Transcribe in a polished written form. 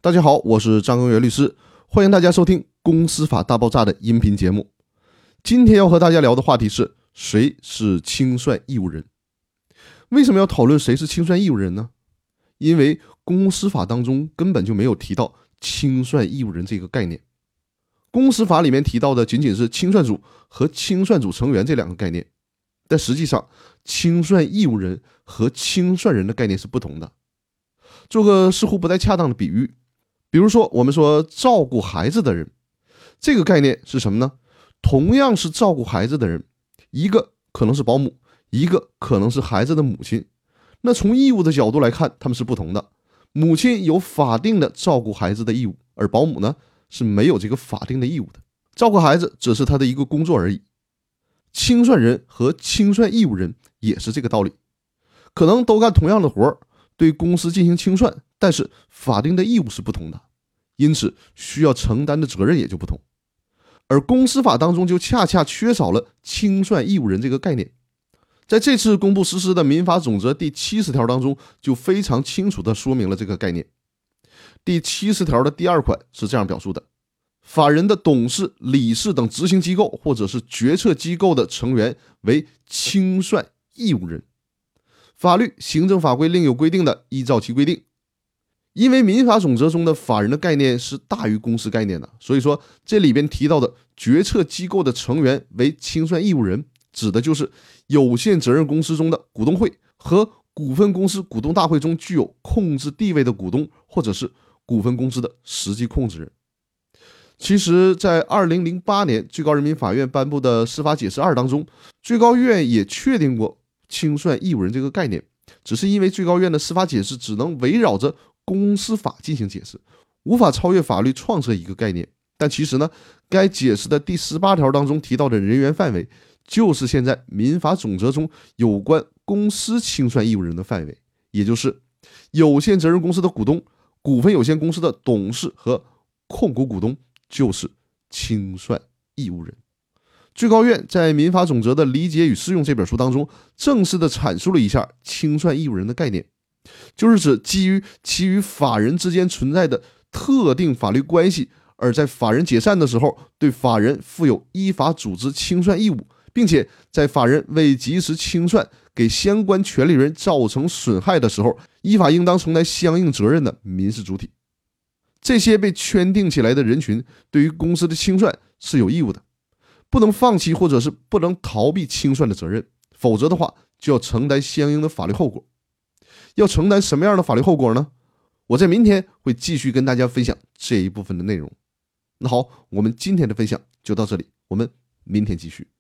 大家好，我是张根源律师，欢迎大家收听《公司法大爆炸》的音频节目。今天要和大家聊的话题是谁是清算义务人？为什么要讨论谁是清算义务人呢？因为公司法当中根本就没有提到清算义务人这个概念。公司法里面提到的仅仅是清算组和清算组成员这两个概念，但实际上清算义务人和清算人的概念是不同的。做个似乎不太恰当的比喻，比如说我们说照顾孩子的人，这个概念是什么呢？同样是照顾孩子的人，一个可能是保姆，一个可能是孩子的母亲。那从义务的角度来看，他们是不同的。母亲有法定的照顾孩子的义务，而保姆呢是没有这个法定的义务的。照顾孩子只是他的一个工作而已。清算人和清算义务人也是这个道理，可能都干同样的活，对公司进行清算，但是法定的义务是不同的，因此需要承担的责任也就不同。而公司法当中就恰恰缺少了清算义务人这个概念。在这次公布实施的民法总则第70条当中，就非常清楚地说明了这个概念。第70条的第2款是这样表述的：法人的董事、理事等执行机构或者是决策机构的成员为清算义务人，法律、行政法规另有规定的，依照其规定。因为民法总则中的法人的概念是大于公司概念的，所以说这里边提到的决策机构的成员为清算义务人，指的就是有限责任公司中的股东会和股份公司股东大会中具有控制地位的股东，或者是股份公司的实际控制人。其实在2008年最高人民法院颁布的司法解释2当中，最高院也确定过清算义务人这个概念，只是因为最高院的司法解释只能围绕着公司法进行解释，无法超越法律创设一个概念。但其实呢，该解释的第18条当中提到的人员范围，就是现在民法总则中有关公司清算义务人的范围，也就是有限责任公司的股东、股份有限公司的董事和控股股东就是清算义务人。最高院在民法总则的理解与适用这本书当中，正式的阐述了一下清算义务人的概念，就是指基于其与法人之间存在的特定法律关系，而在法人解散的时候，对法人负有依法组织清算义务，并且在法人未及时清算给相关权利人造成损害的时候，依法应当承担相应责任的民事主体。这些被圈定起来的人群对于公司的清算是有义务的，不能放弃或者是不能逃避清算的责任，否则的话就要承担相应的法律后果。要承担什么样的法律后果呢？我在明天会继续跟大家分享这一部分的内容。那好，我们今天的分享就到这里，我们明天继续。